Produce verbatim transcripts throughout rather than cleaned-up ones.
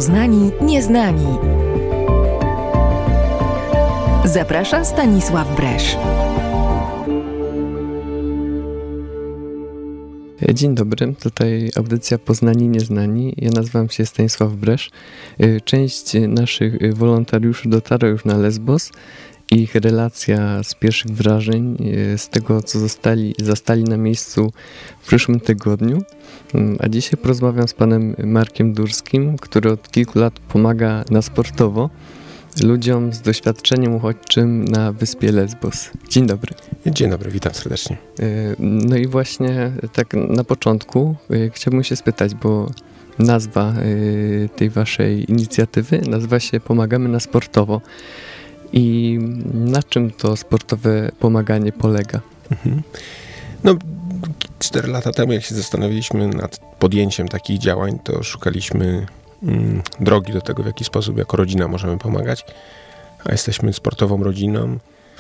Poznani Nieznani. Zaprasza Stanisław Bresz. Dzień dobry, tutaj audycja Poznani Nieznani. Ja nazywam się Stanisław Bresz. Część naszych wolontariuszy dotarła już na Lesbos. Ich relacja z pierwszych wrażeń, z tego co zostali, zastali na miejscu w przyszłym tygodniu. A dzisiaj porozmawiam z panem Markiem Durskim, który od kilku lat pomaga na sportowo ludziom z doświadczeniem uchodźczym na wyspie Lesbos. Dzień dobry. Dzień dobry, witam serdecznie. No i właśnie tak na początku chciałbym się spytać, bo nazwa tej waszej inicjatywy nazywa się Pomagamy na sportowo. I na czym to sportowe pomaganie polega? Mhm. No, cztery lata temu, jak się zastanowiliśmy nad podjęciem takich działań, to szukaliśmy mm, drogi do tego, w jaki sposób jako rodzina możemy pomagać. A jesteśmy sportową rodziną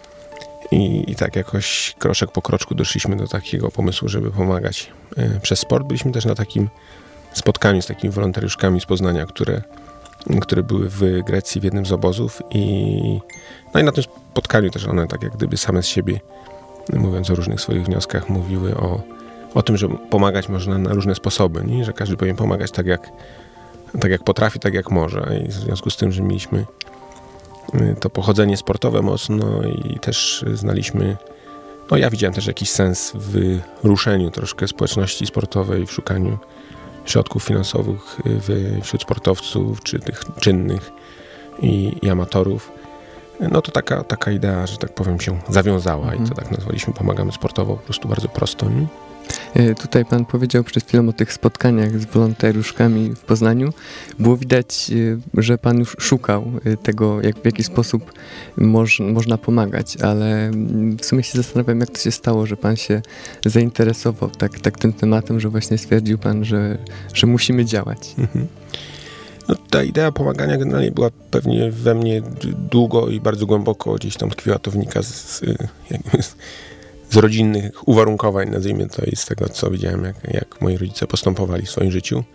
i, i tak jakoś kroczek po kroczku doszliśmy do takiego pomysłu, żeby pomagać y, przez sport. Byliśmy też na takim spotkaniu z takimi wolontariuszkami z Poznania, które które były w Grecji w jednym z obozów i no i na tym spotkaniu też one tak jak gdyby same z siebie, mówiąc o różnych swoich wnioskach, mówiły o, o tym, że pomagać można na różne sposoby, nie? Że każdy powinien pomagać tak jak, tak jak potrafi, tak jak może i w związku z tym, że mieliśmy to pochodzenie sportowe mocno i też znaliśmy, no ja widziałem też jakiś sens w ruszeniu troszkę społeczności sportowej, w szukaniu środków finansowych w, wśród sportowców, czy tych czynnych i, i amatorów, no to taka, taka idea, że tak powiem, się zawiązała mm. i to tak nazwaliśmy Pomagamy sportowo, po prostu bardzo prosto. Nie? Tutaj pan powiedział przed chwilą o tych spotkaniach z wolontariuszkami w Poznaniu. Było widać, że pan już szukał tego, jak, w jaki sposób moż, można pomagać, ale w sumie się zastanawiam, jak to się stało, że pan się zainteresował tak, tak tym tematem, że właśnie stwierdził pan, że, że musimy działać. Mhm. No, ta idea pomagania generalnie była pewnie we mnie długo i bardzo głęboko gdzieś tam tkwiła, to wynika z, jakby z z rodzinnych uwarunkowań, nazwijmy to, i z tego, co widziałem, jak, jak moi rodzice postępowali w swoim życiu.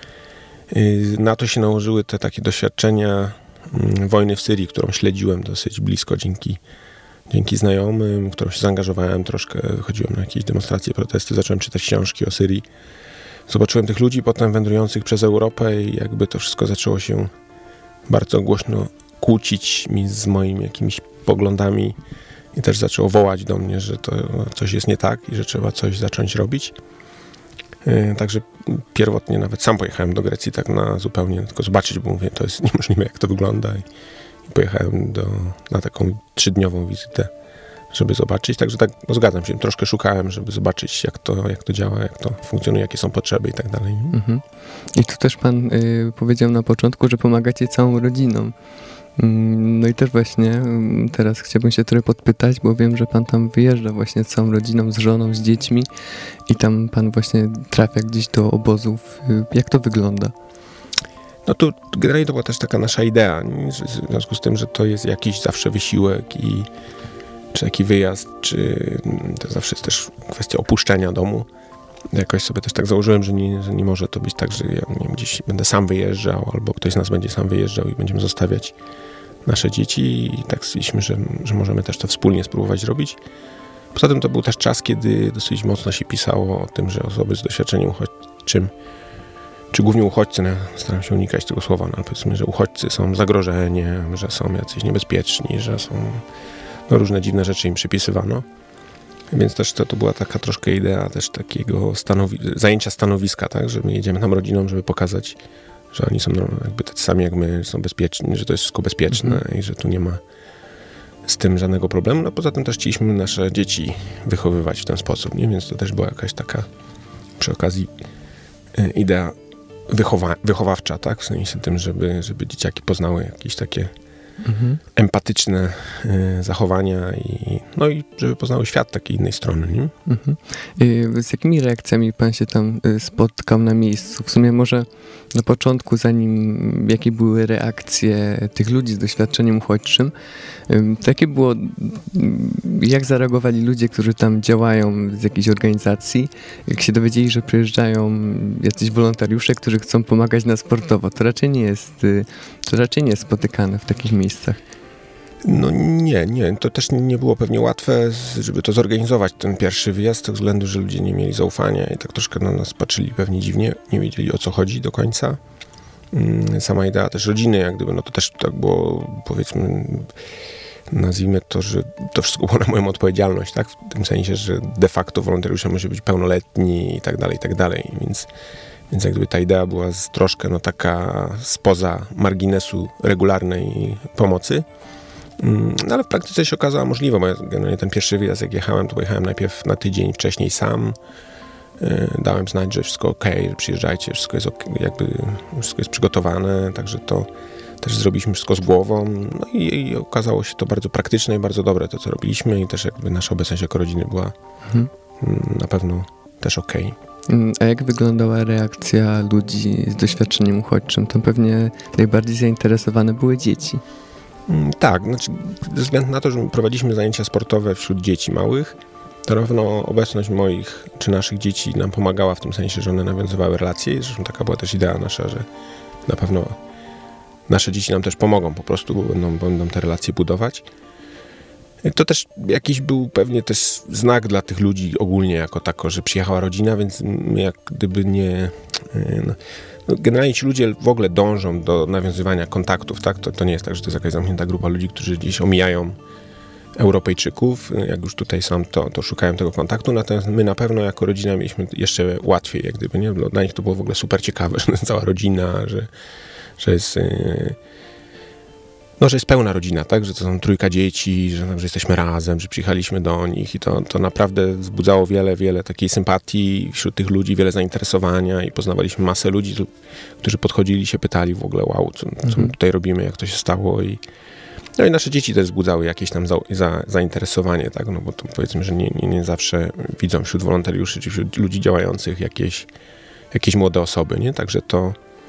Na to się nałożyły te takie doświadczenia wojny w Syrii, którą śledziłem dosyć blisko dzięki, dzięki znajomym, którą się zaangażowałem troszkę, chodziłem na jakieś demonstracje, protesty, zacząłem czytać książki o Syrii. Zobaczyłem tych ludzi potem wędrujących przez Europę i jakby to wszystko zaczęło się bardzo głośno kłócić mi z moimi jakimiś poglądami. I też zaczęło wołać do mnie, że to coś jest nie tak i że trzeba coś zacząć robić. Yy, także pierwotnie nawet sam pojechałem do Grecji tak na zupełnie, tylko zobaczyć, bo mówię, to jest niemożliwe, jak to wygląda. I, i pojechałem do, na taką trzydniową wizytę, żeby zobaczyć. Także tak, no zgadzam się, troszkę szukałem, żeby zobaczyć, jak to, jak to działa, jak to funkcjonuje, jakie są potrzeby i tak dalej. Mhm. I tu też pan y, powiedział na początku, że pomagacie całą rodziną. No i też właśnie teraz chciałbym się trochę podpytać, bo wiem, że pan tam wyjeżdża właśnie z całą rodziną, z żoną, z dziećmi i tam pan właśnie trafia gdzieś do obozów. Jak to wygląda? No tu generalnie to była też taka nasza idea, nie? W związku z tym, że to jest jakiś zawsze wysiłek i czy taki wyjazd, czy to zawsze jest też kwestia opuszczenia domu. Jakoś sobie też tak założyłem, że nie, że nie może to być tak, że ja nie wiem, gdzieś będę sam wyjeżdżał, albo ktoś z nas będzie sam wyjeżdżał i będziemy zostawiać nasze dzieci i tak stwierdziliśmy, że, że możemy też to wspólnie spróbować robić. Poza tym to był też czas, kiedy dosyć mocno się pisało o tym, że osoby z doświadczeniem uchodźczym, czy głównie uchodźcy, no, staram się unikać tego słowa, no, ale powiedzmy, że uchodźcy są zagrożeniem, że są jacyś niebezpieczni, że są no, różne dziwne rzeczy im przypisywano. Więc też to, to była taka troszkę idea też takiego stanowi- zajęcia stanowiska, tak, że my jedziemy tam rodziną, żeby pokazać, że oni są no, jakby tacy sami jak my, są bezpieczni, że to jest wszystko bezpieczne mm-hmm. i że tu nie ma z tym żadnego problemu. No poza tym też chcieliśmy nasze dzieci wychowywać w ten sposób, nie? Więc to też była jakaś taka przy okazji y, idea wychowa- wychowawcza, tak, w sensie tym, żeby, żeby dzieciaki poznały jakieś takie Mhm. empatyczne y, zachowania i, no i żeby poznały świat takiej innej strony. Nie? Mhm. Y, Z jakimi reakcjami pan się tam y, spotkał na miejscu? W sumie może na początku, zanim jakie były reakcje tych ludzi z doświadczeniem uchodźczym, y, to jakie było, y, jak zareagowali ludzie, którzy tam działają z jakiejś organizacji, jak się dowiedzieli, że przyjeżdżają jacyś wolontariusze, którzy chcą pomagać na sportowo? To raczej nie jest, y, to raczej nie jest spotykane w takich miejscach. No nie, nie. To też nie było pewnie łatwe, żeby to zorganizować, ten pierwszy wyjazd, z tego względu, że ludzie nie mieli zaufania i tak troszkę na nas patrzyli pewnie dziwnie, nie wiedzieli, o co chodzi do końca. Sama idea też rodziny, jak gdyby, no to też tak było, powiedzmy, nazwijmy to, że to wszystko było na moją odpowiedzialność, tak? W tym sensie, że de facto wolontariusze musi być pełnoletni i tak dalej, i tak dalej. Więc, więc jak gdyby ta idea była z troszkę no taka spoza marginesu regularnej pomocy. No ale w praktyce się okazała możliwe, bo ja generalnie ten pierwszy wyjazd, jak jechałem, to pojechałem najpierw na tydzień wcześniej sam. Dałem znać, że wszystko ok, że przyjeżdżajcie, wszystko jest okay, jakby wszystko jest przygotowane, także to też zrobiliśmy wszystko z głową. No i, i okazało się to bardzo praktyczne i bardzo dobre to, co robiliśmy i też jakby nasza obecność jako rodziny była mhm. na pewno też ok. A jak wyglądała reakcja ludzi z doświadczeniem uchodźczym? To pewnie najbardziej zainteresowane były dzieci. Tak, znaczy ze względu na to, że prowadziliśmy zajęcia sportowe wśród dzieci małych, to na pewno obecność moich czy naszych dzieci nam pomagała w tym sensie, że one nawiązywały relacje. Zresztą taka była też idea nasza, że na pewno nasze dzieci nam też pomogą po prostu, bo będą, będą te relacje budować. To też jakiś był pewnie też znak dla tych ludzi ogólnie jako tako, że przyjechała rodzina, więc my jak gdyby nie... No, generalnie ci ludzie w ogóle dążą do nawiązywania kontaktów, tak? To, to nie jest tak, że to jest jakaś zamknięta grupa ludzi, którzy gdzieś omijają Europejczyków. Jak już tutaj są, to, to szukają tego kontaktu. Natomiast my na pewno jako rodzina mieliśmy jeszcze łatwiej, jak gdyby, nie? Dla nich to było w ogóle super ciekawe, że cała rodzina, że, że jest... Yy, No, że jest pełna rodzina, tak? Że to są trójka dzieci, że, że jesteśmy razem, że przyjechaliśmy do nich i to, to naprawdę wzbudzało wiele, wiele takiej sympatii wśród tych ludzi, wiele zainteresowania i poznawaliśmy masę ludzi, którzy podchodzili i się pytali w ogóle, wow, co, co my tutaj robimy, jak to się stało i no i nasze dzieci też wzbudzały jakieś tam za, za, zainteresowanie, tak? No bo to powiedzmy, że nie, nie, nie zawsze widzą wśród wolontariuszy czy wśród ludzi działających jakieś, jakieś młode osoby, nie? Także to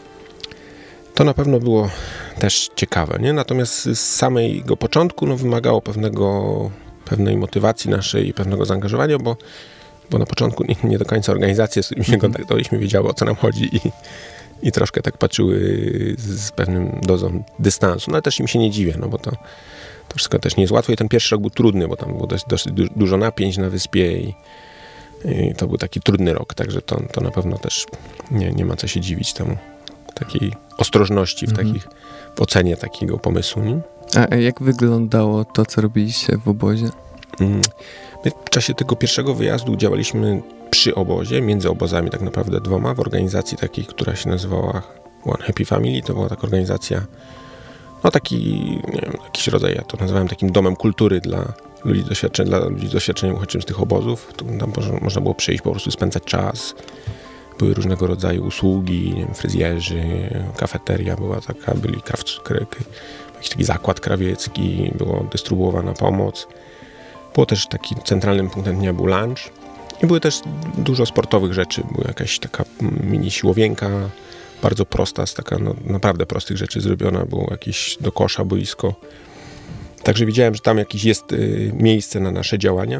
To na pewno było też ciekawe, nie? Natomiast z samego początku no, wymagało pewnego, pewnej motywacji naszej i pewnego zaangażowania, bo, bo na początku nie, nie do końca organizacje, z którymi się kontaktowaliśmy, wiedziały, o co nam chodzi i, i troszkę tak patrzyły z, z pewnym dozą dystansu. No ale też im się nie dziwię, no bo to, to wszystko też nie jest łatwe i ten pierwszy rok był trudny, bo tam było dość, dość dużo napięć na wyspie i, i to był taki trudny rok, także to, to na pewno też nie, nie ma co się dziwić temu. Takiej ostrożności w, mhm. takich, w ocenie takiego pomysłu. Nie? A jak wyglądało to, co robiliście w obozie? My w czasie tego pierwszego wyjazdu działaliśmy przy obozie, między obozami tak naprawdę dwoma, w organizacji takiej, która się nazywała One Happy Family. To była taka organizacja, no taki, nie wiem, jakiś rodzaj, ja to nazywałem takim domem kultury dla ludzi doświadczeniem, dla ludzi z doświadczeniem uchodźczym z tych obozów. Tu tam można było przyjść, po prostu spędzać czas. Były różnego rodzaju usługi, nie wiem, fryzjerzy, kafeteria była taka, byli krawcy, jakiś taki zakład krawiecki, była dystrybuowana pomoc. Było też taki centralnym punktem dnia był lunch i były też dużo sportowych rzeczy. Była jakaś taka mini siłowienka, bardzo prosta, z taka no, naprawdę prostych rzeczy zrobiona, było jakieś do kosza boisko. Także widziałem, że tam jakieś jest y, miejsce na nasze działania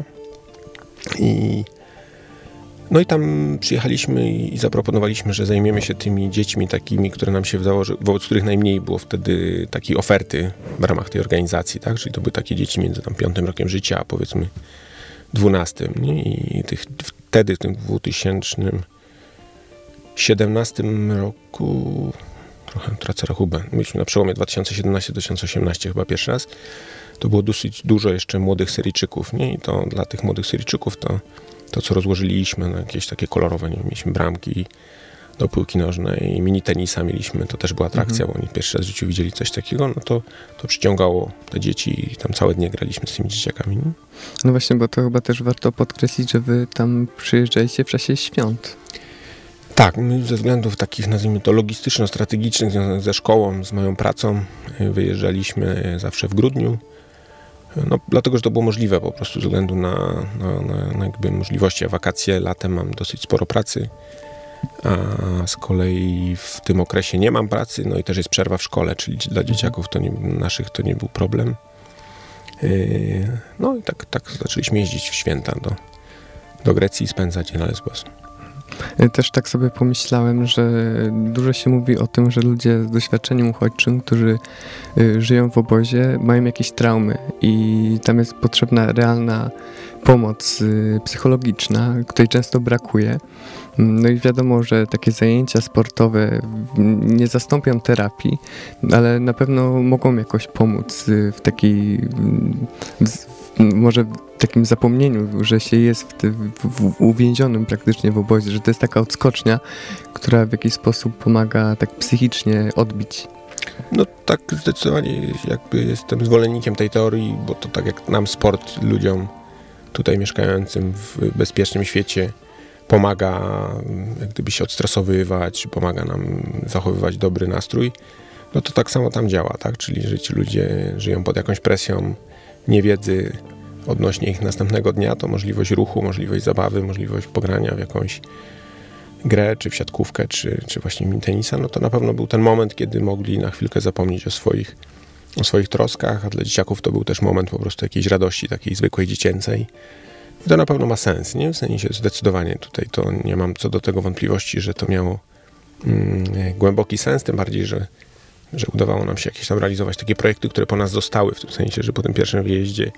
i No i tam przyjechaliśmy i zaproponowaliśmy, że zajmiemy się tymi dziećmi takimi, które nam się wydało, że wobec których najmniej było wtedy takiej oferty w ramach tej organizacji, tak? Czyli to były takie dzieci między tam piątym rokiem życia, a powiedzmy dwunastym. Nie? I tych, wtedy w tym dwutysięcznym siedemnastym roku, trochę tracę rachubę, byliśmy na przełomie dwa tysiące siedemnasty dwa tysiące osiemnasty chyba pierwszy raz, to było dosyć dużo jeszcze młodych Syryjczyków, nie? I to dla tych młodych Syryjczyków to To, co rozłożyliśmy, no jakieś takie kolorowe, nie wiem, mieliśmy bramki do piłki nożnej, mini tenisa mieliśmy, to też była atrakcja, mhm. bo oni pierwszy raz w życiu widzieli coś takiego, no to, to przyciągało te dzieci i tam całe dnie graliśmy z tymi dzieciakami. Nie? No właśnie, bo to chyba też warto podkreślić, że wy tam przyjeżdżaliście w czasie świąt. Tak, my ze względów takich, nazwijmy to, logistyczno-strategicznych, związanych ze szkołą, z moją pracą, wyjeżdżaliśmy zawsze w grudniu. No, dlatego, że to było możliwe po prostu ze względu na, na, na, na jakby możliwości. Ja wakacje latem mam dosyć sporo pracy, a z kolei w tym okresie nie mam pracy, no i też jest przerwa w szkole, czyli dla dzieciaków to nie, naszych to nie był problem. No i tak, tak zaczęliśmy jeździć w święta do, do Grecji i spędzać je na Lesbos. Też tak sobie pomyślałem, że dużo się mówi o tym, że ludzie z doświadczeniem uchodźczym, którzy żyją w obozie, mają jakieś traumy i tam jest potrzebna realna pomoc psychologiczna, której często brakuje. No i wiadomo, że takie zajęcia sportowe nie zastąpią terapii, ale na pewno mogą jakoś pomóc w takiej, może w takim zapomnieniu, że się jest w, te, w, w uwięzionym praktycznie w obozie, że to jest taka odskocznia, która w jakiś sposób pomaga tak psychicznie odbić. No tak, zdecydowanie jakby jestem zwolennikiem tej teorii, bo to tak jak nam sport ludziom tutaj mieszkającym w bezpiecznym świecie pomaga jak gdyby się odstresowywać, pomaga nam zachowywać dobry nastrój, no to tak samo tam działa, tak? Czyli że ci ludzie żyją pod jakąś presją niewiedzy odnośnie ich następnego dnia, to możliwość ruchu, możliwość zabawy, możliwość pogrania w jakąś grę, czy w siatkówkę, czy, czy właśnie mini tenisa, no to na pewno był ten moment, kiedy mogli na chwilkę zapomnieć o swoich, o swoich troskach, a dla dzieciaków to był też moment po prostu jakiejś radości, takiej zwykłej dziecięcej. I to na pewno ma sens, nie? W sensie zdecydowanie tutaj to nie mam co do tego wątpliwości, że to miało mm, głęboki sens, tym bardziej, że, że udawało nam się jakieś tam realizować takie projekty, które po nas zostały, w tym sensie, że po tym pierwszym wyjeździe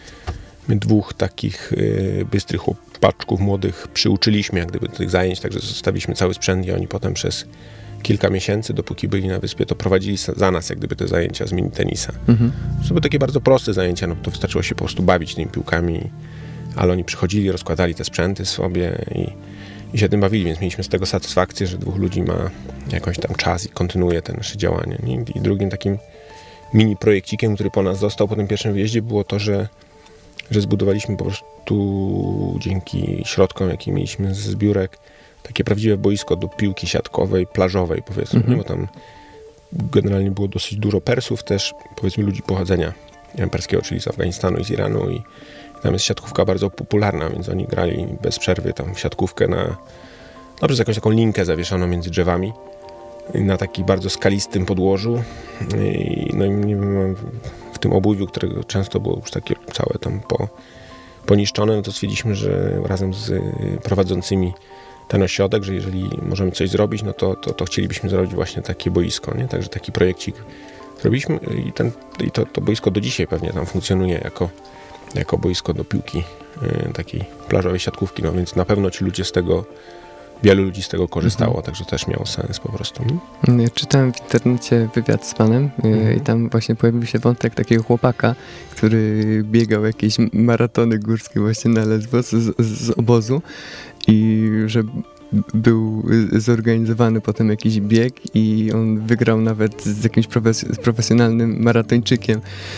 my dwóch takich y, bystrych chłopaczków młodych przyuczyliśmy jak gdyby do tych zajęć, także zostawiliśmy cały sprzęt i oni potem przez kilka miesięcy, dopóki byli na wyspie, to prowadzili za nas jak gdyby te zajęcia z mini tenisa. Mhm. To były takie bardzo proste zajęcia, no to wystarczyło się po prostu bawić tymi piłkami, ale oni przychodzili, rozkładali te sprzęty sobie i, i się tym bawili, więc mieliśmy z tego satysfakcję, że dwóch ludzi ma jakąś tam czas i kontynuuje te nasze działania. Nie? I drugim takim mini projekcikiem, który po nas został po tym pierwszym wyjeździe, było to, że że zbudowaliśmy po prostu dzięki środkom, jakie mieliśmy z zbiórek, takie prawdziwe boisko do piłki siatkowej, plażowej, powiedzmy, mm-hmm. bo tam generalnie było dosyć dużo Persów też, powiedzmy ludzi pochodzenia perskiego, czyli z Afganistanu i z Iranu i tam jest siatkówka bardzo popularna, więc oni grali bez przerwy tam w siatkówkę na, no przez jakąś taką linkę zawieszoną między drzewami na takim bardzo skalistym podłożu i no i nie wiem, w tym obuwiu, którego często było już takie całe tam po, poniszczone, no to stwierdziliśmy, że razem z prowadzącymi ten ośrodek, że jeżeli możemy coś zrobić, no to, to, to chcielibyśmy zrobić właśnie takie boisko, nie? Także taki projekcik zrobiliśmy i, ten, i to, to boisko do dzisiaj pewnie tam funkcjonuje jako, jako boisko do piłki yy, takiej plażowej siatkówki, no więc na pewno ci ludzie z tego wielu ludzi z tego korzystało, mhm. także też miało sens po prostu. Ja czytałem w internecie wywiad z panem mhm. i tam właśnie pojawił się wątek takiego chłopaka, który biegał jakieś maratony górskie właśnie na Lesbos z, z obozu i że był zorganizowany potem jakiś bieg i on wygrał nawet z jakimś profes- z profesjonalnym maratończykiem.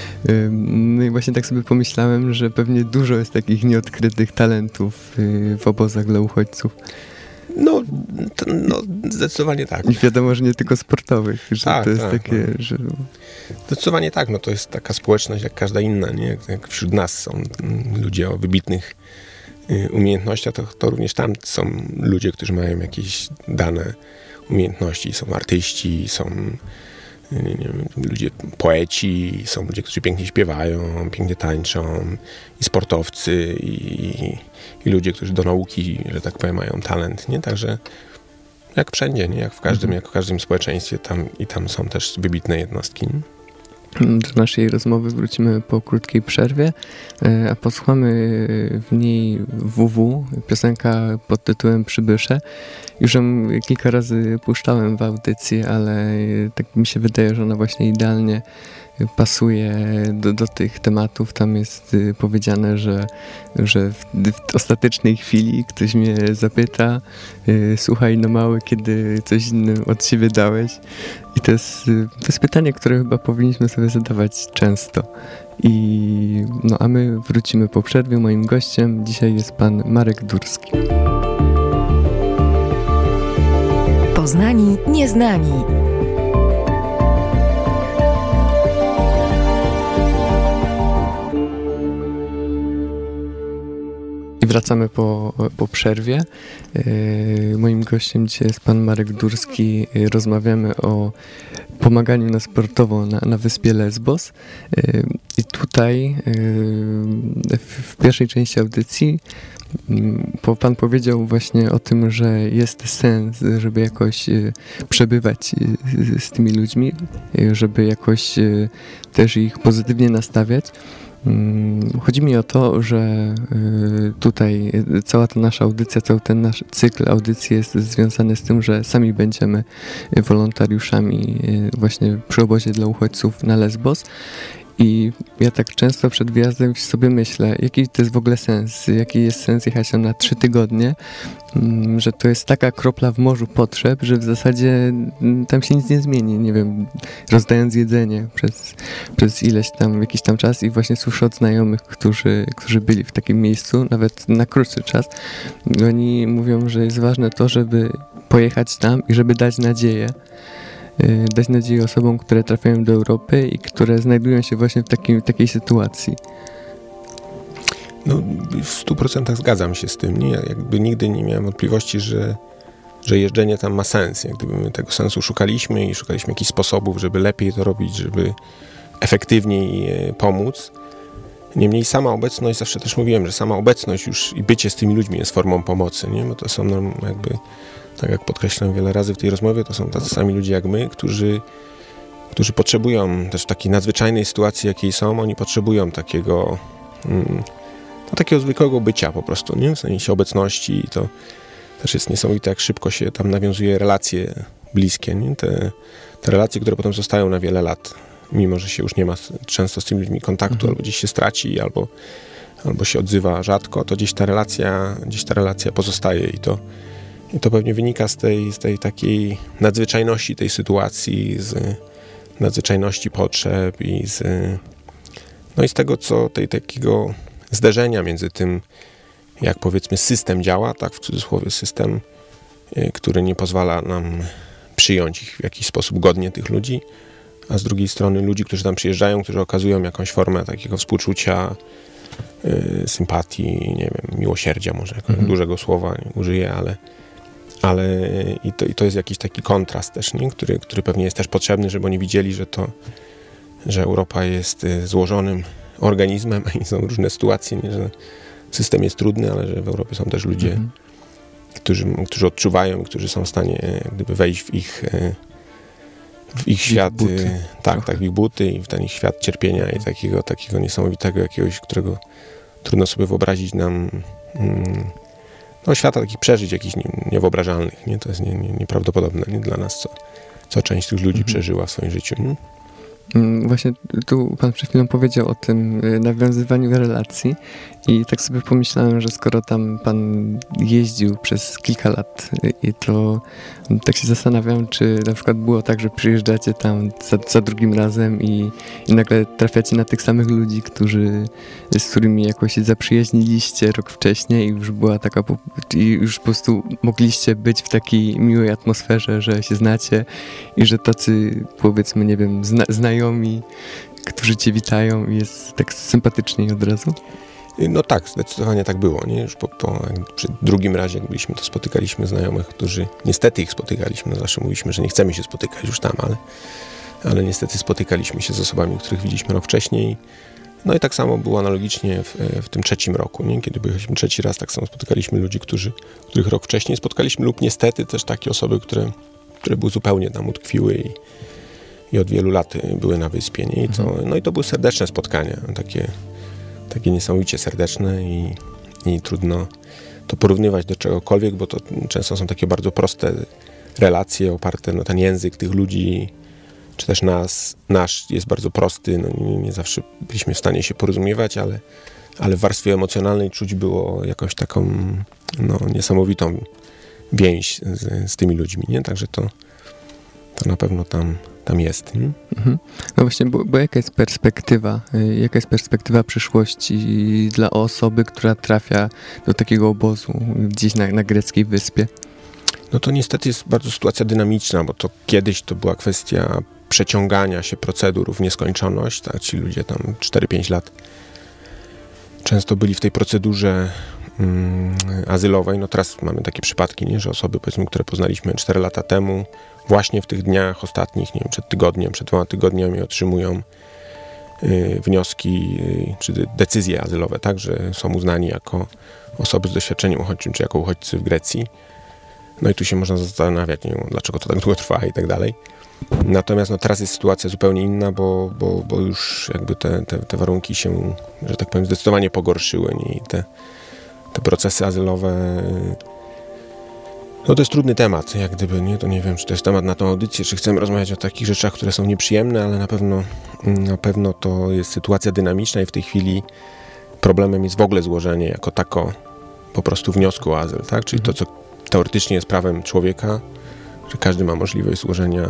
No i właśnie tak sobie pomyślałem, że pewnie dużo jest takich nieodkrytych talentów w obozach dla uchodźców. No, to, no, zdecydowanie tak. I wiadomo, że nie tylko sportowych, że tak, to jest tak, takie, no. że... Zdecydowanie tak, no to jest taka społeczność jak każda inna, nie? Jak, jak wśród nas są ludzie o wybitnych y, umiejętnościach, to, to również tam są ludzie, którzy mają jakieś dane umiejętności, są artyści, są nie, nie wiem, ludzie poeci, są ludzie, którzy pięknie śpiewają, pięknie tańczą i sportowcy i, i ludzie, którzy do nauki, że tak powiem, mają talent, nie? Także jak wszędzie, nie? Jak w każdym, jak w każdym społeczeństwie tam i tam są też wybitne jednostki. Nie? Do naszej rozmowy wrócimy po krótkiej przerwie, a posłuchamy w niej W W, piosenka pod tytułem Przybysze. Już ją kilka razy puszczałem w audycji, ale tak mi się wydaje, że ona właśnie idealnie pasuje do, do tych tematów. Tam jest powiedziane, że, że w, w ostatecznej chwili ktoś mnie zapyta, słuchaj, no mały, kiedy coś innym od siebie dałeś. I to jest, to jest pytanie, które chyba powinniśmy sobie zadawać często. I no, a my wrócimy po przerwie. Moim gościem dzisiaj jest pan Marek Durski. Poznani Nieznani. I wracamy po, po przerwie. Yy, moim gościem dzisiaj jest pan Marek Durski. Yy, rozmawiamy o pomaganiu na sportowo na, na wyspie Lesbos. Yy, I tutaj yy, w, w pierwszej części audycji yy, pan powiedział właśnie o tym, że jest sens, żeby jakoś yy, przebywać yy, z tymi ludźmi, yy, żeby jakoś yy, też ich pozytywnie nastawiać. Chodzi mi o to, że tutaj cała ta nasza audycja, cały ten nasz cykl audycji jest związany z tym, że sami będziemy wolontariuszami właśnie przy obozie dla uchodźców na Lesbos. I ja tak często przed wyjazdem sobie myślę, jaki to jest w ogóle sens, jaki jest sens jechać tam na trzy tygodnie, że to jest taka kropla w morzu potrzeb, że w zasadzie tam się nic nie zmieni, nie wiem, rozdając jedzenie przez, przez ileś tam, jakiś tam czas i właśnie słyszę od znajomych, którzy, którzy byli w takim miejscu, nawet na krótszy czas, oni mówią, że jest ważne to, żeby pojechać tam i żeby dać nadzieję, dać nadzieję osobom, które trafiają do Europy i które znajdują się właśnie w takim, takiej sytuacji. No, w stu procentach zgadzam się z tym. Nie? Jakby nigdy nie miałem wątpliwości, że, że jeżdżenie tam ma sens. Jak gdyby my tego sensu szukaliśmy i szukaliśmy jakichś sposobów, żeby lepiej to robić, żeby efektywniej pomóc. Niemniej sama obecność, zawsze też mówiłem, że sama obecność już i bycie z tymi ludźmi jest formą pomocy, nie? Bo to są nam jakby, tak jak podkreślam wiele razy w tej rozmowie, to są tacy sami ludzie jak my, którzy, którzy potrzebują też w takiej nadzwyczajnej sytuacji, jakiej są, oni potrzebują takiego, mm, no, takiego zwykłego bycia po prostu, nie? W sensie obecności i to też jest niesamowite, jak szybko się tam nawiązuje relacje bliskie, nie? Te, te relacje, które potem zostają na wiele lat, mimo że się już nie ma często z tymi ludźmi kontaktu, mhm. albo gdzieś się straci, albo, albo się odzywa rzadko, to gdzieś ta relacja, gdzieś ta relacja pozostaje i to I to pewnie wynika z tej, z tej takiej nadzwyczajności tej sytuacji, z nadzwyczajności potrzeb i z, no i z tego, co tej takiego zderzenia między tym, jak powiedzmy system działa, tak w cudzysłowie system, który nie pozwala nam przyjąć ich w jakiś sposób godnie tych ludzi, a z drugiej strony ludzi, którzy tam przyjeżdżają, którzy okazują jakąś formę takiego współczucia, sympatii, nie wiem, miłosierdzia może, mhm. dużego słowa nie użyję, ale ale i to, i to jest jakiś taki kontrast też, nie? Który, który pewnie jest też potrzebny, żeby oni widzieli, że to, że Europa jest złożonym organizmem i są różne sytuacje, nie? Że system jest trudny, ale że w Europie są też ludzie, mhm. którzy, którzy odczuwają, którzy są w stanie jak gdyby wejść w ich w ich świat, ich buty. tak, tak, w ich buty i w ten ich świat cierpienia i takiego, takiego niesamowitego jakiegoś, którego trudno sobie wyobrazić nam mm, no, świata takich przeżyć jakichś nie, niewyobrażalnych, nie? To jest nie, nie, nieprawdopodobne nie? Dla nas, co, co część tych ludzi mhm. przeżyła w swoim życiu. Nie? Właśnie tu pan przed chwilą powiedział o tym nawiązywaniu relacji i tak sobie pomyślałem, że skoro tam pan jeździł przez kilka lat i to tak się zastanawiam, czy na przykład było tak, że przyjeżdżacie tam za, za drugim razem i, i nagle trafiacie na tych samych ludzi, którzy, z którymi jakoś się zaprzyjaźniliście rok wcześniej i już była taka, i już po prostu mogliście być w takiej miłej atmosferze, że się znacie i że tacy, powiedzmy, nie wiem, zna, znajomi, którzy cię witają i jest tak sympatycznie od razu? No tak, zdecydowanie tak było, nie? Już po, po przy drugim razie, jak byliśmy, to spotykaliśmy znajomych, którzy, niestety ich spotykaliśmy, no zawsze mówiliśmy, że nie chcemy się spotykać już tam, ale, ale niestety spotykaliśmy się z osobami, których widzieliśmy rok wcześniej. No i tak samo było analogicznie w, w tym trzecim roku, nie? Kiedy byliśmy trzeci raz, tak samo spotykaliśmy ludzi, którzy, których rok wcześniej spotkaliśmy lub niestety też takie osoby, które, które były zupełnie tam utkwiły i, i od wielu lat były na wyspie, nie? I to, no i to były serdeczne spotkania, takie takie niesamowicie serdeczne i, i trudno to porównywać do czegokolwiek, bo to często są takie bardzo proste relacje oparte na ten język tych ludzi, czy też nas, nasz jest bardzo prosty, no nie, nie zawsze byliśmy w stanie się porozumiewać, ale, ale w warstwie emocjonalnej czuć było jakąś taką no, niesamowitą więź z, z tymi ludźmi, nie? Także to, to na pewno tam tam jest. Nie? Mhm. No właśnie, bo, bo jaka jest perspektywa, jaka jest perspektywa przyszłości dla osoby, która trafia do takiego obozu gdzieś na, na greckiej wyspie? No to niestety jest bardzo sytuacja dynamiczna, bo to kiedyś to była kwestia przeciągania się procedur w nieskończoność, tak? Ci ludzie tam cztery pięć lat często byli w tej procedurze mm, azylowej. No teraz mamy takie przypadki, nie? Że osoby, powiedzmy, które poznaliśmy cztery lata temu, właśnie w tych dniach ostatnich, nie wiem, przed tygodniem, przed dwoma tygodniami otrzymują y, wnioski y, czy decyzje azylowe, tak? Że są uznani jako osoby z doświadczeniem uchodźczym, czy jako uchodźcy w Grecji. No i tu się można zastanawiać, nie wiem, dlaczego to tak długo trwa i tak dalej. Natomiast no, teraz jest sytuacja zupełnie inna, bo, bo, bo już jakby te, te, te warunki się, że tak powiem, zdecydowanie pogorszyły. Nie? I te, te procesy azylowe, no to jest trudny temat, jak gdyby, nie? To nie wiem, czy to jest temat na tą audycję, czy chcemy rozmawiać o takich rzeczach, które są nieprzyjemne, ale na pewno, na pewno to jest sytuacja dynamiczna i w tej chwili problemem jest w ogóle złożenie jako tako po prostu wniosku o azyl, tak? Czyli to, co teoretycznie jest prawem człowieka, że każdy ma możliwość złożenia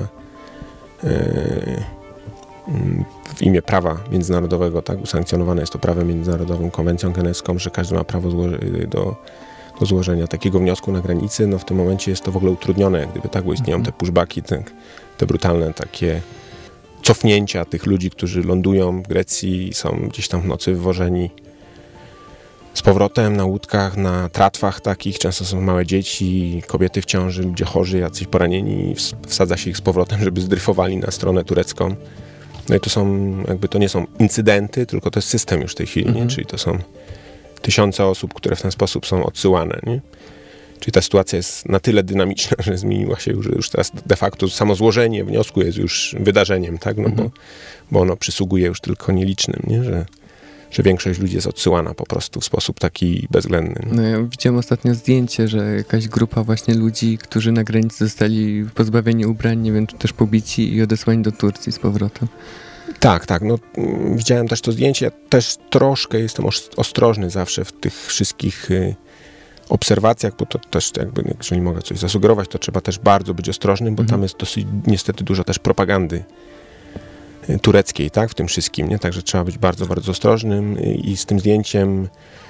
w imię prawa międzynarodowego, tak, usankcjonowane jest to prawem międzynarodowym, konwencją genewską, że każdy ma prawo zło- do, do złożenia takiego wniosku na granicy. No w tym momencie jest to w ogóle utrudnione, jak gdyby, tak, bo istnieją te pushbacki, te, te brutalne takie cofnięcia tych ludzi, którzy lądują w Grecji i są gdzieś tam w nocy wywożeni z powrotem na łódkach, na tratwach takich, często są małe dzieci, kobiety w ciąży, ludzie chorzy, jacyś poranieni, wsadza się ich z powrotem, żeby zdryfowali na stronę turecką. No i to są, jakby to nie są incydenty, tylko to jest system już w tej chwili, mhm. nie? Czyli to są tysiące osób, które w ten sposób są odsyłane, nie? Czyli ta sytuacja jest na tyle dynamiczna, że zmieniła się już, już teraz de facto samo złożenie wniosku jest już wydarzeniem, tak? No mhm. bo, bo ono przysługuje już tylko nielicznym, nie? Że że większość ludzi jest odsyłana po prostu w sposób taki bezwzględny. No ja widziałem ostatnio zdjęcie, że jakaś grupa właśnie ludzi, którzy na granicy zostali pozbawieni ubrań, nie wiem, czy też pobici i odesłani do Turcji z powrotem. Tak, tak. No, widziałem też to zdjęcie. Ja też troszkę jestem ostrożny zawsze w tych wszystkich y, obserwacjach, bo to też jakby, jeżeli mogę coś zasugerować, to trzeba też bardzo być ostrożnym, bo mhm. tam jest dosyć niestety dużo też propagandy tureckiej, tak, w tym wszystkim, nie? Także trzeba być bardzo, bardzo ostrożnym i z tym zdjęciem,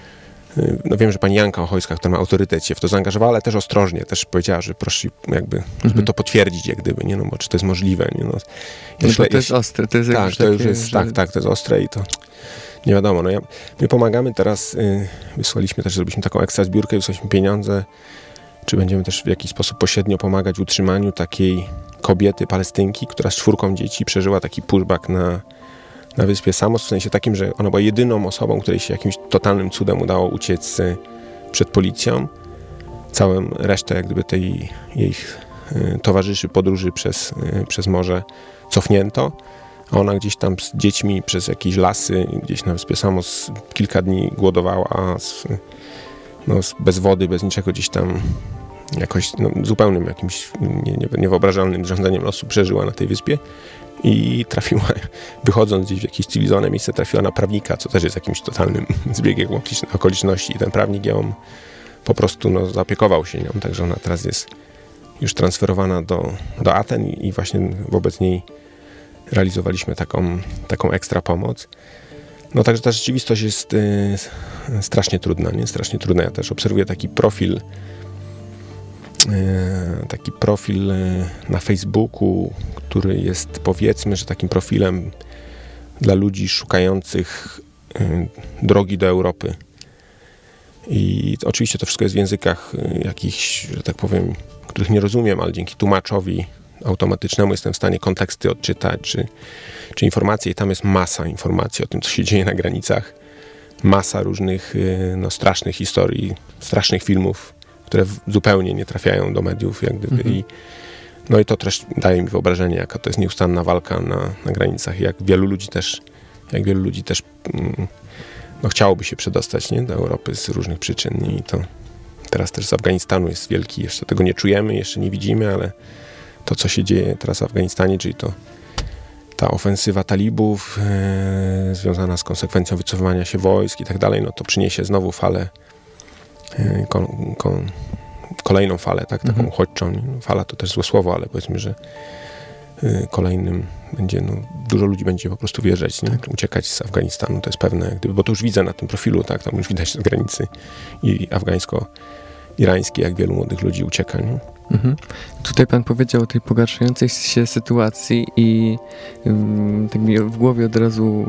no wiem, że pani Janka Ochojska, która ma autorytet, się w to zaangażowała, ale też ostrożnie, też powiedziała, że prosi jakby, żeby mhm. to potwierdzić, jak gdyby, nie, no bo czy to jest możliwe, nie, no. no bo to jest ostre, to jest tak, już to takie, już jest, że... tak, tak, to jest ostre i to nie wiadomo, no ja, my pomagamy teraz, y, wysłaliśmy też, zrobiliśmy taką ekstra zbiórkę, wysłaliśmy pieniądze, czy będziemy też w jakiś sposób pośrednio pomagać w utrzymaniu takiej kobiety, Palestynki, która z czwórką dzieci przeżyła taki pushback na, na wyspie Samos, w sensie takim, że ona była jedyną osobą, której się jakimś totalnym cudem udało uciec y, przed policją. Całą resztę jak gdyby tej jej y, towarzyszy podróży przez, y, przez morze cofnięto, a ona gdzieś tam z dziećmi przez jakieś lasy, gdzieś na wyspie Samos kilka dni głodowała, z, no, z, bez wody, bez niczego gdzieś tam jakoś no, zupełnym jakimś nie, nie, niewyobrażalnym rządzeniem losu przeżyła na tej wyspie i trafiła, wychodząc gdzieś w jakieś cywilizowane miejsce, trafiła na prawnika, co też jest jakimś totalnym zbiegiem okoliczności i ten prawnik ją po prostu no, zaopiekował się nią, także ona teraz jest już transferowana do, do Aten i, i właśnie wobec niej realizowaliśmy taką, taką ekstra pomoc. No także ta rzeczywistość jest y, strasznie trudna, nie? Strasznie trudna. Ja też obserwuję taki profil taki profil na Facebooku, który jest, powiedzmy, że takim profilem dla ludzi szukających drogi do Europy. I oczywiście to wszystko jest w językach jakichś, że tak powiem, których nie rozumiem, ale dzięki tłumaczowi automatycznemu jestem w stanie konteksty odczytać, czy, czy informacje. I tam jest masa informacji o tym, co się dzieje na granicach. Masa różnych no, strasznych historii, strasznych filmów, które zupełnie nie trafiają do mediów, jak gdyby. Mhm. I, no i to też daje mi wyobrażenie, jaka to jest nieustanna walka na, na granicach. Jak wielu ludzi też, jak wielu ludzi też mm, no, chciałoby się przedostać, nie, do Europy z różnych przyczyn. I to teraz też z Afganistanu jest wielki, jeszcze tego nie czujemy, jeszcze nie widzimy, ale to, co się dzieje teraz w Afganistanie, czyli to ta ofensywa talibów e, związana z konsekwencją wycofywania się wojsk i tak dalej, no to przyniesie znowu falę Kon, kon, kolejną falę, tak, taką mhm. uchodźczą. Fala to też złe słowo, ale powiedzmy, że y, kolejnym będzie, no, dużo ludzi będzie po prostu wjeżdżać, nie? Tak. Uciekać z Afganistanu, to jest pewne, jak gdyby, bo to już widzę na tym profilu, tak, tam już widać z granicy i afgańsko-irańskiej, jak wielu młodych ludzi ucieka, nie? Mhm. Tutaj pan powiedział o tej pogarszającej się sytuacji i um, tak mi w głowie od razu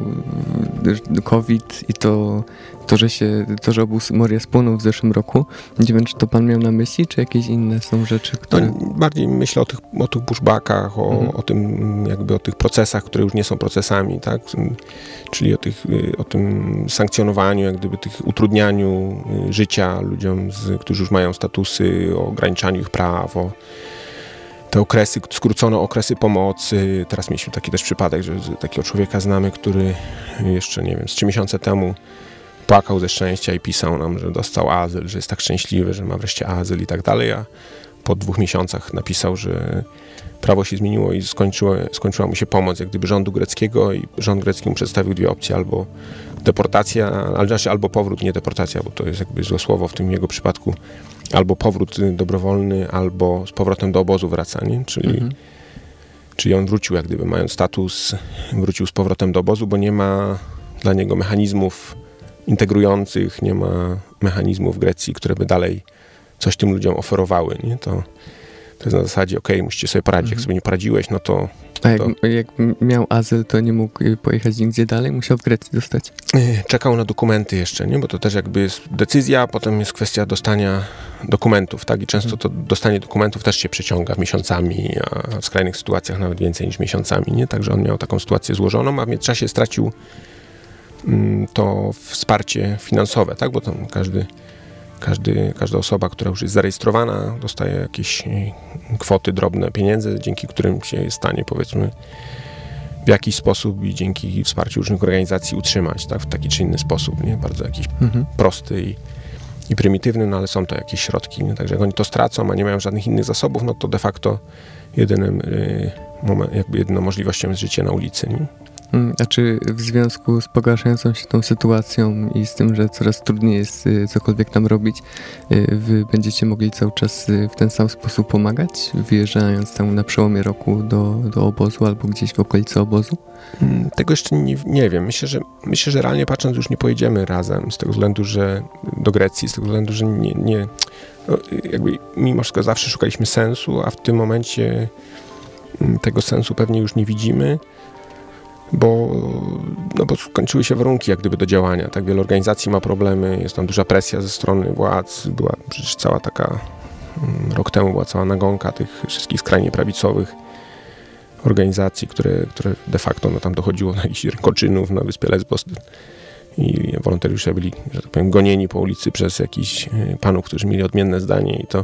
COVID i to, to, że się, to, że obóz Moria spłonął w zeszłym roku. Nie wiem, czy to pan miał na myśli, czy jakieś inne są rzeczy, które... No, bardziej myślę o tych, o tych pushbackach, o, mhm. o tym jakby o tych procesach, które już nie są procesami, tak? Czyli o, tych, o tym sankcjonowaniu, jak gdyby tych utrudnianiu życia ludziom, z, którzy już mają statusy, o ograniczaniu ich praw, o te okresy, skrócono okresy pomocy. Teraz mieliśmy taki też przypadek, że takiego człowieka znamy, który jeszcze, nie wiem, z trzy miesiące temu płakał ze szczęścia i pisał nam, że dostał azyl, że jest tak szczęśliwy, że ma wreszcie azyl i tak dalej, a po dwóch miesiącach napisał, że prawo się zmieniło i skończyło, skończyła mu się pomoc jak gdyby rządu greckiego i rząd grecki mu przedstawił dwie opcje, albo deportacja, albo powrót, nie deportacja, bo to jest jakby złe słowo w tym jego przypadku, albo powrót dobrowolny, albo z powrotem do obozu wracanie, czyli, mhm. czyli on wrócił jak gdyby, mając status, wrócił z powrotem do obozu, bo nie ma dla niego mechanizmów integrujących, nie ma mechanizmów w Grecji, które by dalej coś tym ludziom oferowały, nie? To, to jest na zasadzie, okej, okay, musicie sobie poradzić, mhm. jak sobie nie poradziłeś, no to... A jak, to... jak miał azyl, to nie mógł pojechać nigdzie dalej? Musiał w Grecji dostać? Czekał na dokumenty jeszcze, nie? Bo to też jakby jest decyzja, potem jest kwestia dostania dokumentów, tak? I często to dostanie dokumentów też się przeciąga miesiącami, a w skrajnych sytuacjach nawet więcej niż miesiącami, nie? Także on miał taką sytuację złożoną, a w międzyczasie stracił mm, to wsparcie finansowe, tak? Bo tam każdy Każdy, każda osoba, która już jest zarejestrowana, dostaje jakieś kwoty drobne pieniędzy, dzięki którym się jest w stanie, powiedzmy, w jakiś sposób i dzięki wsparciu różnych organizacji utrzymać, tak, w taki czy inny sposób, nie? Bardzo jakiś mhm. prosty i, i prymitywny, no ale są to jakieś środki, nie? Także jak oni to stracą, a nie mają żadnych innych zasobów, no to de facto jedynym, y, moment, jakby jedyną możliwością jest życie na ulicy, nie? A czy w związku z pogarszającą się tą sytuacją i z tym, że coraz trudniej jest cokolwiek tam robić, wy będziecie mogli cały czas w ten sam sposób pomagać, wyjeżdżając tam na przełomie roku do, do obozu albo gdzieś w okolicy obozu? Tego jeszcze nie, nie wiem. Myślę, że myślę, że realnie patrząc już nie pojedziemy razem z tego względu, że do Grecji, z tego względu, że nie, nie no, jakby mimo wszystko zawsze szukaliśmy sensu, a w tym momencie tego sensu pewnie już nie widzimy. Bo, no bo skończyły się warunki jak gdyby do działania. Tak wiele organizacji ma problemy, jest tam duża presja ze strony władz. Była przecież cała taka, rok temu była cała nagonka tych wszystkich skrajnie prawicowych organizacji, które, które de facto no, tam dochodziło do jakichś rękoczynów na wyspie Lesbos i wolontariusze byli, że tak powiem, gonieni po ulicy przez jakichś panów, którzy mieli odmienne zdanie i to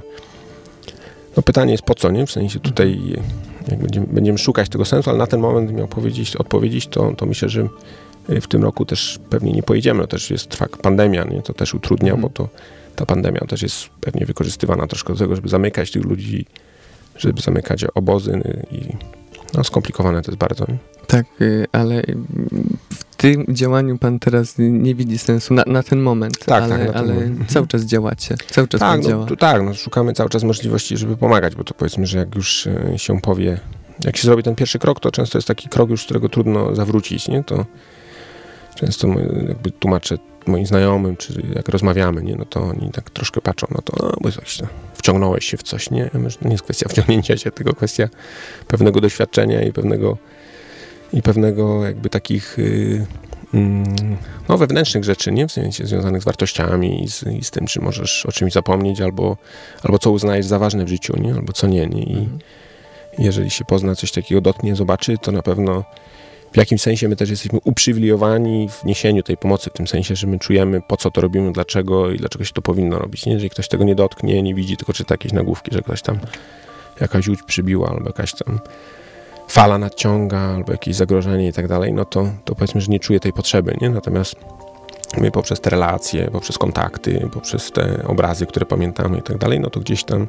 no pytanie jest po co, nie? W sensie tutaj jak będziemy, będziemy szukać tego sensu, ale na ten moment miał powiedzieć, odpowiedzieć, to, to myślę, że w tym roku też pewnie nie pojedziemy. No też jest fakt pandemia, nie? To też utrudnia, mm. bo to ta pandemia też jest pewnie wykorzystywana troszkę do tego, żeby zamykać tych ludzi, żeby zamykać obozy i no skomplikowane to jest bardzo. Nie? Tak, ale w tym działaniu pan teraz nie widzi sensu na, na ten moment, tak, ale, tak, na ten ale moment. cały czas działacie, cały czas tak, pan no, działa. To, tak, no, szukamy cały czas możliwości, żeby pomagać, bo to powiedzmy, że jak już się powie, jak się zrobi ten pierwszy krok, to często jest taki krok już, z którego trudno zawrócić, nie? To często jakby tłumaczę moim znajomym, czy jak rozmawiamy, nie? No to oni tak troszkę patrzą, no to no, bo coś, no, wciągnąłeś się w coś, nie? To nie jest kwestia wciągnięcia się, tylko kwestia pewnego doświadczenia i pewnego i pewnego jakby takich yy, yy, no wewnętrznych rzeczy, nie? W sensie związanych z wartościami i z, i z tym, czy możesz o czymś zapomnieć, albo, albo co uznajesz za ważne w życiu, nie? Albo co nie, nie? I mhm. jeżeli się pozna coś takiego, dotknie, zobaczy, to na pewno w jakimś sensie my też jesteśmy uprzywilejowani w niesieniu tej pomocy, w tym sensie, że my czujemy, po co to robimy, dlaczego i dlaczego się to powinno robić. Nie? Jeżeli ktoś tego nie dotknie, nie widzi, tylko czyta jakieś nagłówki, że ktoś tam jakaś łódź przybiła, albo jakaś tam fala nadciąga, albo jakieś zagrożenie i tak dalej, no to, to powiedzmy, że nie czuje tej potrzeby, nie? Natomiast my poprzez te relacje, poprzez kontakty, poprzez te obrazy, które pamiętamy i tak dalej, no to gdzieś tam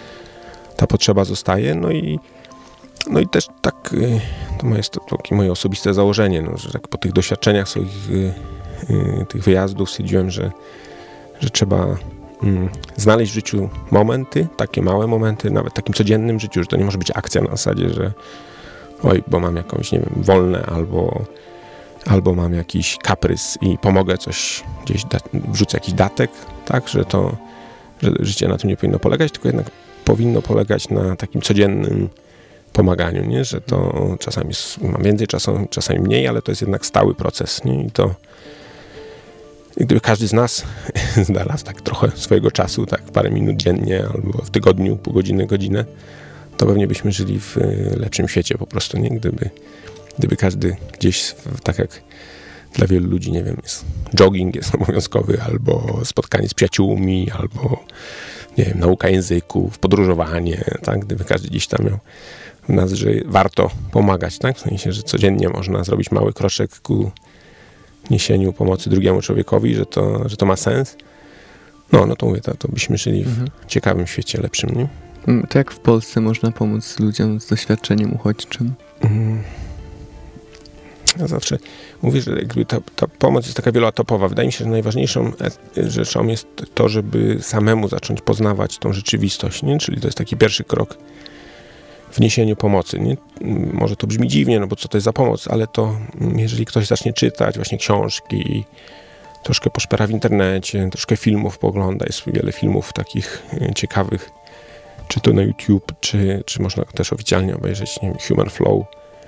ta potrzeba zostaje, no i no i też tak, to jest to takie moje osobiste założenie, no, że tak po tych doświadczeniach swoich y, y, tych wyjazdów stwierdziłem, że, że trzeba y, znaleźć w życiu momenty, takie małe momenty, nawet w takim codziennym życiu, że to nie może być akcja na zasadzie, że oj, bo mam jakąś, nie wiem, wolne albo, albo mam jakiś kaprys i pomogę coś gdzieś, da, wrzucę jakiś datek, tak, że to, że życie na tym nie powinno polegać, tylko jednak powinno polegać na takim codziennym pomaganiu, nie? Że to czasami jest, mam więcej czasu, czasami mniej, ale to jest jednak stały proces, nie? I to gdyby każdy z nas znalazł tak trochę swojego czasu, tak parę minut dziennie albo w tygodniu, pół godziny, godzinę, to pewnie byśmy żyli w lepszym świecie po prostu, nie? Gdyby, gdyby każdy gdzieś, tak jak dla wielu ludzi, nie wiem, jest jogging jest obowiązkowy, albo spotkanie z przyjaciółmi, albo nie wiem, nauka języków, podróżowanie, tak? Gdyby każdy gdzieś tam miał w nas, że warto pomagać, tak? W sensie, że codziennie można zrobić mały kroczek ku niesieniu pomocy drugiemu człowiekowi, że to, że to ma sens. No, no to mówię, to, to byśmy żyli w mhm. ciekawym świecie, lepszym, nie? To jak w Polsce można pomóc ludziom z doświadczeniem uchodźczym? Mhm. Ja zawsze mówię, że jakby ta, ta pomoc jest taka wieloetapowa. Wydaje mi się, że najważniejszą rzeczą jest to, żeby samemu zacząć poznawać tą rzeczywistość, nie? Czyli to jest taki pierwszy krok w niesieniu pomocy, nie? Może to brzmi dziwnie, no bo co to jest za pomoc, ale to jeżeli ktoś zacznie czytać właśnie książki, troszkę poszpera w internecie, troszkę filmów poogląda, jest wiele filmów takich ciekawych, czy to na YouTube, czy, czy można też oficjalnie obejrzeć, nie wiem, Human Flow,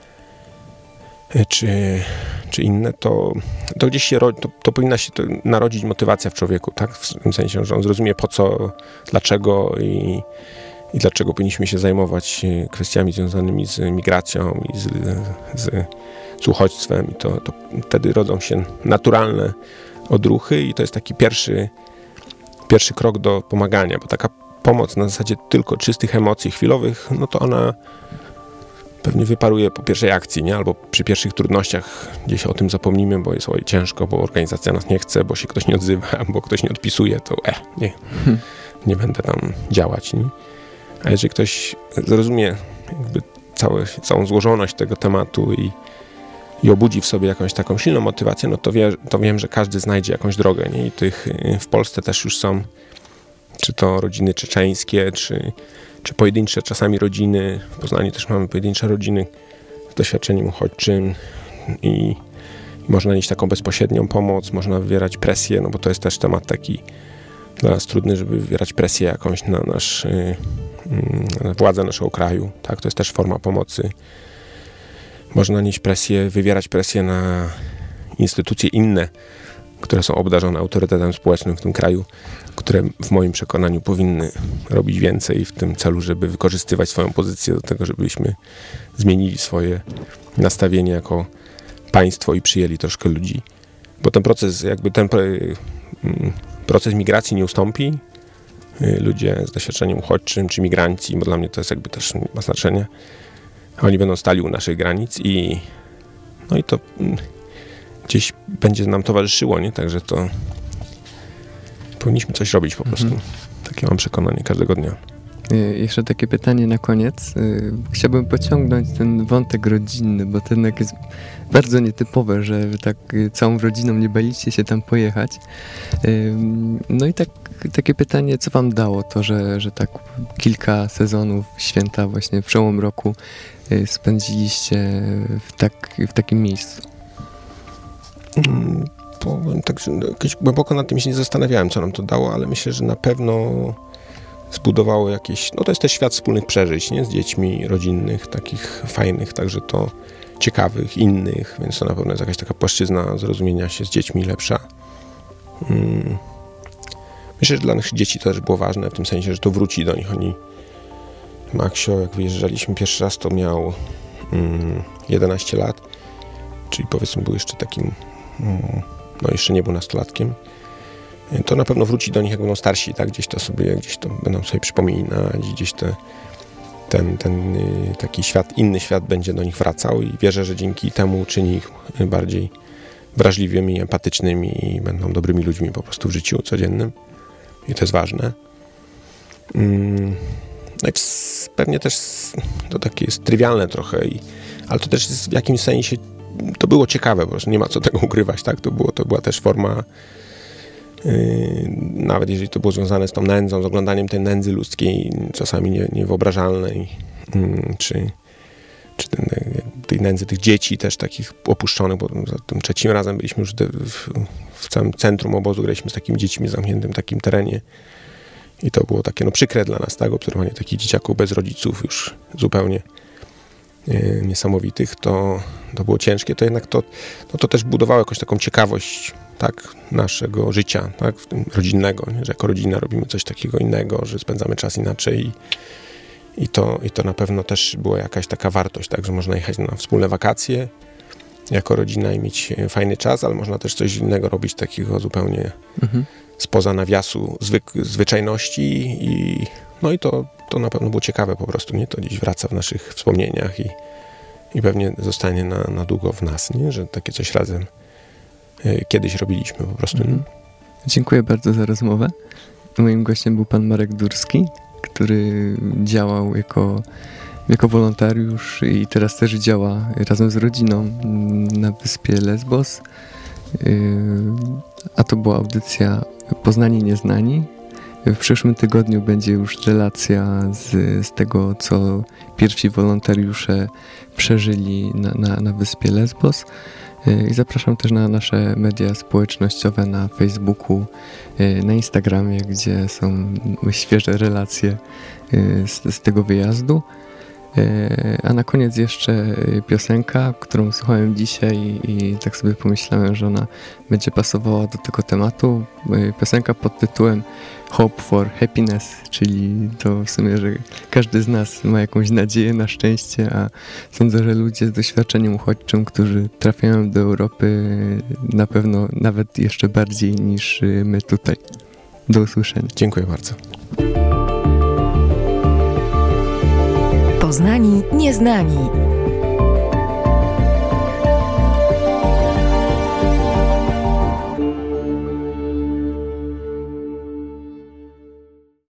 czy, czy inne, to, to gdzieś się rodzi, to, to powinna się to narodzić motywacja w człowieku, tak? W tym sensie, że on zrozumie po co, dlaczego i, i dlaczego powinniśmy się zajmować kwestiami związanymi z migracją i z, z, z uchodźstwem i to, to wtedy rodzą się naturalne odruchy i to jest taki pierwszy, pierwszy krok do pomagania, bo taka pomoc na zasadzie tylko czystych emocji chwilowych, no to ona pewnie wyparuje po pierwszej akcji, nie? Albo przy pierwszych trudnościach gdzieś o tym zapomnimy, bo jest oj ciężko, bo organizacja nas nie chce, bo się ktoś nie odzywa, bo ktoś nie odpisuje, to e, nie, hmm. nie będę tam działać, nie? A jeżeli ktoś zrozumie jakby całe, całą złożoność tego tematu i, i obudzi w sobie jakąś taką silną motywację, no to, wie, to wiem, że każdy znajdzie jakąś drogę, nie? I tych w Polsce też już są, czy to rodziny czeczeńskie, czy czy pojedyncze czasami rodziny, w Poznaniu też mamy pojedyncze rodziny z doświadczeniem uchodźczym i, i można nieść taką bezpośrednią pomoc, można wywierać presję, no bo to jest też temat taki dla nas trudny, żeby wywierać presję jakąś na nasz, y, y, na władzę naszego kraju, tak, to jest też forma pomocy. Można nieść presję, wywierać presję na instytucje inne, które są obdarzone autorytetem społecznym w tym kraju, które w moim przekonaniu powinny robić więcej w tym celu, żeby wykorzystywać swoją pozycję do tego, żebyśmy zmienili swoje nastawienie jako państwo i przyjęli troszkę ludzi. Bo ten proces, jakby ten proces migracji nie ustąpi. Ludzie z doświadczeniem uchodźczym, czy migranci, bo dla mnie to jest jakby też ma znaczenie, oni będą stali u naszych granic i no i to gdzieś będzie nam towarzyszyło, nie? Także to powinniśmy coś robić po prostu. Mhm. Takie mam przekonanie każdego dnia. Jeszcze takie pytanie na koniec. Chciałbym pociągnąć ten wątek rodzinny, bo to jednak jest bardzo nietypowe, że wy tak całą rodziną nie baliście się tam pojechać. No i tak, takie pytanie, co wam dało to, że, że tak kilka sezonów święta właśnie w przełom roku spędziliście w, tak, w takim miejscu? Hmm. Powiem tak, że jakieś głęboko nad tym się nie zastanawiałem, co nam to dało, ale myślę, że na pewno zbudowało jakieś, no to jest też świat wspólnych przeżyć, nie? Z dziećmi rodzinnych, takich fajnych, także to ciekawych, innych, więc to na pewno jest jakaś taka płaszczyzna zrozumienia się z dziećmi lepsza. Hmm. Myślę, że dla naszych dzieci to też było ważne, w tym sensie, że to wróci do nich. Oni, Maksio, jak wyjeżdżaliśmy pierwszy raz, to miał hmm, jedenaście lat, czyli powiedzmy był jeszcze takim hmm, no jeszcze nie był nastolatkiem, to na pewno wróci do nich, jak będą starsi, tak? Gdzieś to sobie, gdzieś to będą sobie przypominać, gdzieś te, ten, ten taki świat, inny świat będzie do nich wracał i wierzę, że dzięki temu czyni ich bardziej wrażliwymi, empatycznymi i będą dobrymi ludźmi po prostu w życiu codziennym i to jest ważne. No i pewnie też to takie jest trywialne trochę, i, ale to też jest w jakimś sensie to było ciekawe, po prostu nie ma co tego ukrywać, tak? To, było, to była też forma, yy, nawet jeżeli to było związane z tą nędzą, z oglądaniem tej nędzy ludzkiej, czasami nie, niewyobrażalnej, yy, czy, czy ten, tej nędzy tych dzieci też takich opuszczonych, bo za tym trzecim razem byliśmy już w, w całym centrum obozu, graliśmy z takimi dziećmi w zamkniętym takim terenie I to było takie no, przykre dla nas, tak, obserwowanie takich dzieciaków bez rodziców już zupełnie e, niesamowitych, to, to było ciężkie, to jednak to, no, to też budowało jakąś taką ciekawość, tak, naszego życia, tak, w tym rodzinnego, nie? Że jako rodzina robimy coś takiego innego, że spędzamy czas inaczej i, i, to, i to na pewno też była jakaś taka wartość, tak, że można jechać na wspólne wakacje jako rodzina i mieć fajny czas, ale można też coś innego robić takiego zupełnie mhm. spoza nawiasu zwyk, zwyczajności i no i to, to na pewno było ciekawe po prostu, nie? To gdzieś wraca w naszych wspomnieniach i, i pewnie zostanie na, na długo w nas, nie? Że takie coś razem y, kiedyś robiliśmy po prostu. Mhm. Dziękuję bardzo za rozmowę. Moim gościem był pan Marek Durski, który działał jako jako wolontariusz i teraz też działa razem z rodziną na wyspie Lesbos. A to była audycja Poznani Nieznani. W przyszłym tygodniu będzie już relacja z, z tego, co pierwsi wolontariusze przeżyli na, na, na wyspie Lesbos. I zapraszam też na nasze media społecznościowe na Facebooku, na Instagramie, gdzie są świeże relacje z, z tego wyjazdu. A na koniec jeszcze piosenka, którą słuchałem dzisiaj i tak sobie pomyślałem, że ona będzie pasowała do tego tematu. Piosenka pod tytułem Hope for Happiness, czyli to w sumie, że każdy z nas ma jakąś nadzieję na szczęście, a sądzę, że ludzie z doświadczeniem uchodźczym, którzy trafiają do Europy, na pewno nawet jeszcze bardziej niż my tutaj. Do usłyszenia. Dziękuję bardzo. Poznani Nieznani.